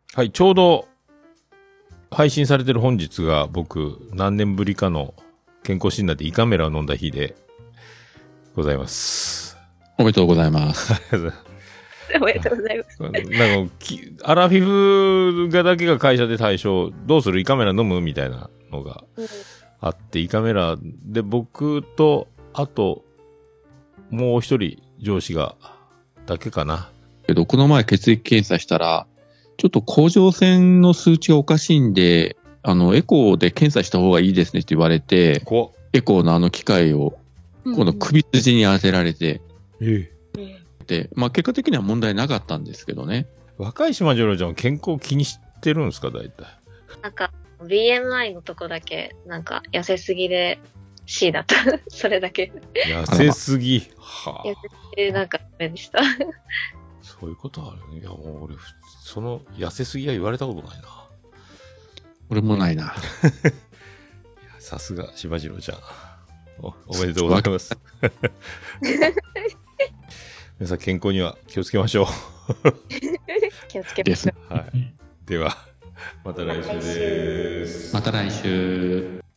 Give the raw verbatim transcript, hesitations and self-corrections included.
はい、ちょうど配信されてる本日が僕何年ぶりかの健康診断で胃カメラを飲んだ日でございます。 おめでとうございます。 おめでとうございます。 なんかきアラフィフがだけが会社で対象どうする胃カメラ飲むみたいなのがあって、胃カメラで僕とあともう一人上司がだけかな。 けどこの前血液検査したらちょっと甲状腺の数値がおかしいんで、あのエコーで検査した方がいいですねって言われて、エコーのあの機械を今度首筋に当てられて、 うんで、まあ結果的には問題なかったんですけどね。 若い島次郎ちゃんは健康気にしてるんですか大体。 なんか ビーエムアイ のとこだけなんか痩せすぎで C だった。それだけ。 痩せすぎ。はあ。 痩せすぎでなんかダメでした。 そういうことあるね。いやもう俺その痩せすぎは言われたことないな。 俺もないな。 さすが島次郎ちゃん。お, おめでとうございます。皆さん健康には気をつけましょう。 気をつけましょう。 はい。ではまた来週です。 また来週。